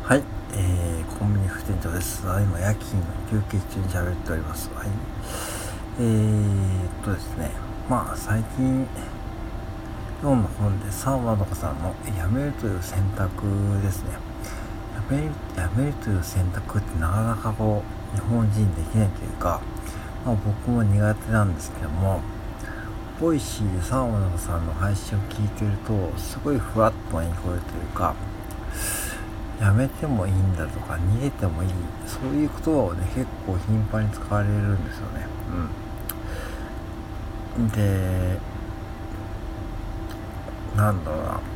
はい、コンビニ副店長です。今、夜勤の休憩中に喋っております。はい。ですね、最近読んだ本で、沢まどかさんのやめるという選択ですね。やめるという選択ってなかなか日本人できないというか、僕も苦手なんですけども、ボイシーで沢まどかさんの配信を聞いてると、すごいふわっと聞こえるというか、やめてもいいんだとか逃げてもいい、そういう言葉をね結構頻繁に使われるんですよね。で、なんだろうな、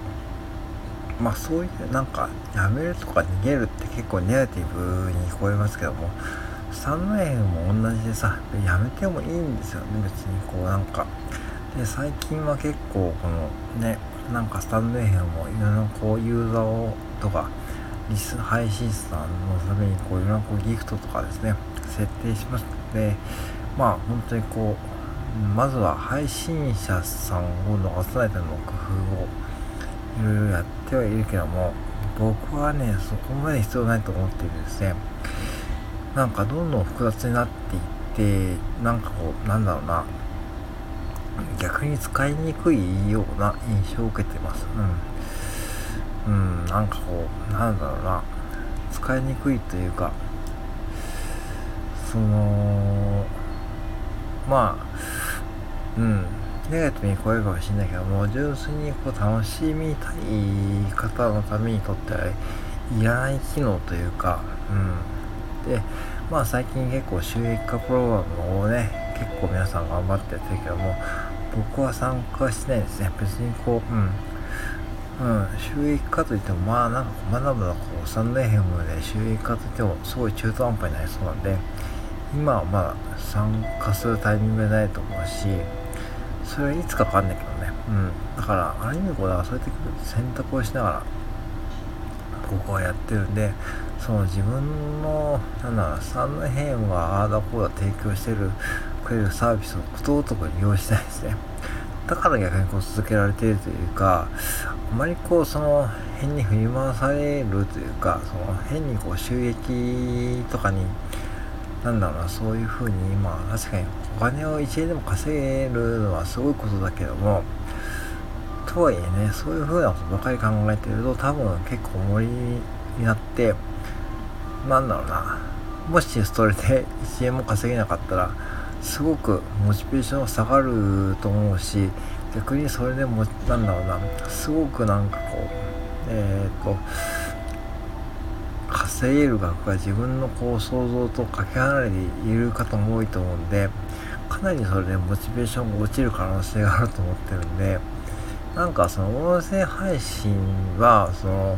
そういうやめるとか逃げるって結構ネガティブに聞こえますけども、スタンド FM も同じでさ、やめてもいいんですよね。別にで、最近は結構このね、スタンド FM もいろいろユーザーをとか配信者さんのためにいろんなギフトとかですね設定しますので、本当にまずは配信者さんを逃さないための工夫をいろいろやってはいるけども、僕はねそこまで必要ないと思っているですね。どんどん複雑になっていって、逆に使いにくいような印象を受けてます。使いにくいというか、そのまあネガティブに聞えるかもしれないけども、純粋に楽しみたい方のためにとってはいらない機能というか、で、最近結構収益化プログラムをね結構皆さん頑張ってやってるけども、僕は参加してないですね。別に収益化といってもまだまだスタンド FM で収益化といってもすごい中途半端になりそうなんで、今はまだ参加するタイミングでないと思うし、それはいつかわかんないけどね。だからある意味そうやって選択をしながら僕はやってるんで、その自分のスタンド FM があーだこうだ提供してくれるサービスをことごとく利用したいですね。だから逆に続けられているというか、あまりその変に振り回されるというか、その変に収益とかにそういう風に確かにお金を1円でも稼げるのはすごいことだけども、とはいえね、そういう風なことばかり考えてると多分結構重りになって、もしそれで1円も稼げなかったらすごくモチベーションが下がると思うし、逆にそれでもすごく稼げる額が自分の想像とかけ離れている方も多いと思うんで、かなりそれでモチベーションが落ちる可能性があると思ってるんで、その音声配信は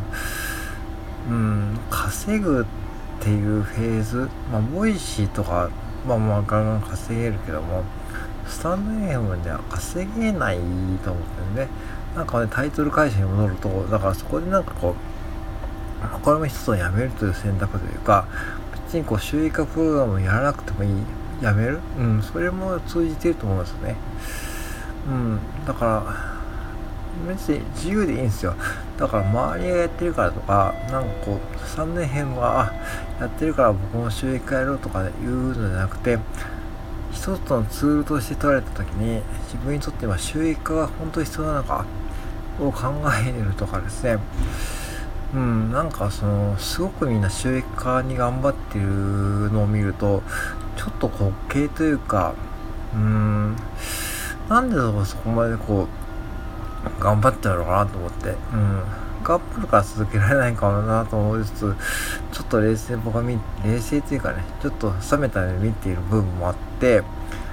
稼ぐっていうフェーズ、ボイシーとかガンガン稼げるけども、スタンド FM では稼げないと思ってるんで、タイトル回収に戻ると、だからそこでこれも一つのやめるという選択というか、別に収益化プログラムをやらなくてもいい、やめる、それも通じていると思いますね。だから別に自由でいいんですよ。だから周りがやってるからとか、3年編はやってるから僕も収益化やろうとかいうのじゃなくて、一つのツールとして取られた時に自分にとっては収益化が本当に必要なのかを考えるとかですね。すごくみんな収益化に頑張ってるのを見ると、ちょっと滑稽というか、なんでそこまで頑張っちゃうのかなと思って、頑張るから続けられないかなと思いつつ、ちょっと冷静というかね、ちょっと冷めた目で見ている部分もあって、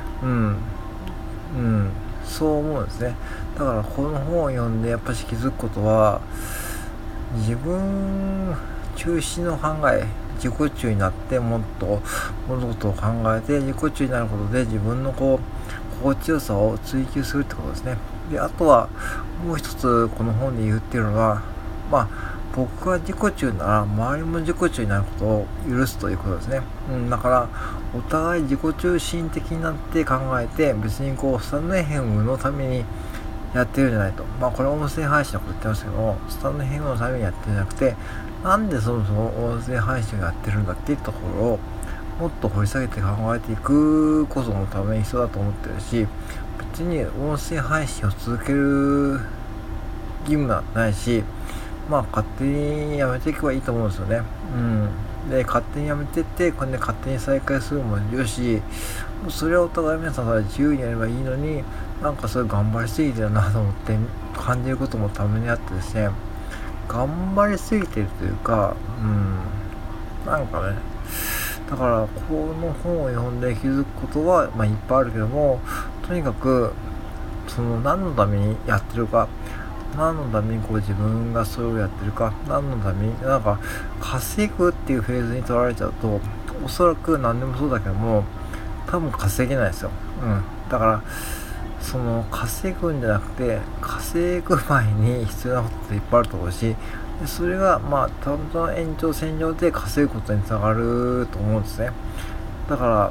そう思うんですね。だからこの本を読んでやっぱし気づくことは、自分中心の考え、自己中になってもっと物事を考えて自己中になることで自分の心地よさを追求するってことですね。で、あとはもう一つこの本で言ってるのは、僕が自己中なら周りも自己中になることを許すということですね。だからお互い自己中心的になって考えて、別にスタンド FM のためにやってるんじゃないと。これは音声配信のこと言ってますけども、スタンド FM のためにやってるんじゃなくて、 なんでそもそも音声配信をやってるんだっていうところをもっと掘り下げて考えていくことのために必要だと思ってるし、別に音声配信を続ける義務はないし、勝手にやめていけばいいと思うんですよね。で勝手にやめてって、これで勝手に再開するもよし、それはお互い皆さんが自由にやればいいのに、それ頑張りすぎてるなと思って感じることもたまにあってですね、頑張りすぎてるというか、だからこの本を読んで気づくことは、いっぱいあるけども、とにかくその何のためにやってるか、何のために自分がそれをやってるか、何のために稼ぐっていうフェーズに取られちゃうと、おそらく何でもそうだけども多分稼げないですよ。だからその稼ぐんじゃなくて、稼ぐ前に必要なことっていっぱいあると思うし、でそれがたまたま延長線上で稼ぐことにつながると思うんですね。だから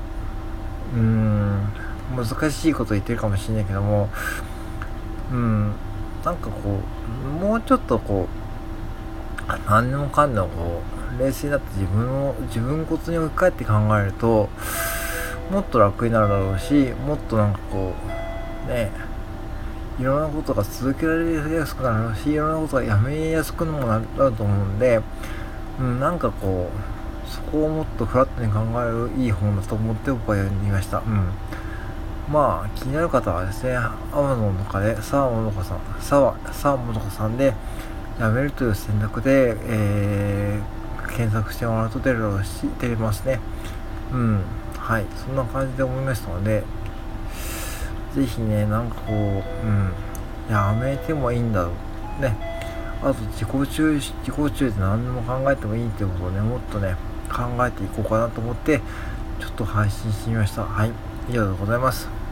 難しいこと言ってるかもしれないけども、もうちょっと何でもかんでも冷静になって自分ごとに置き換えて考えるともっと楽になるだろうし、もっといろんなことが続けられやすくなるし、いろんなことがやめやすくもなると思うんで、そこをもっとフラットに考えるいい本だと思って僕は読んでみました。気になる方はですね、Amazon の中で沢ものかさんでやめるという選択で、検索してもらうと出れますね。そんな感じで思いましたので、ぜひね、やめてもいいんだろうね。あと自己中で何でも考えてもいいっていうことをね、もっとね考えていこうかなと思ってちょっと配信してみました。以上でございます。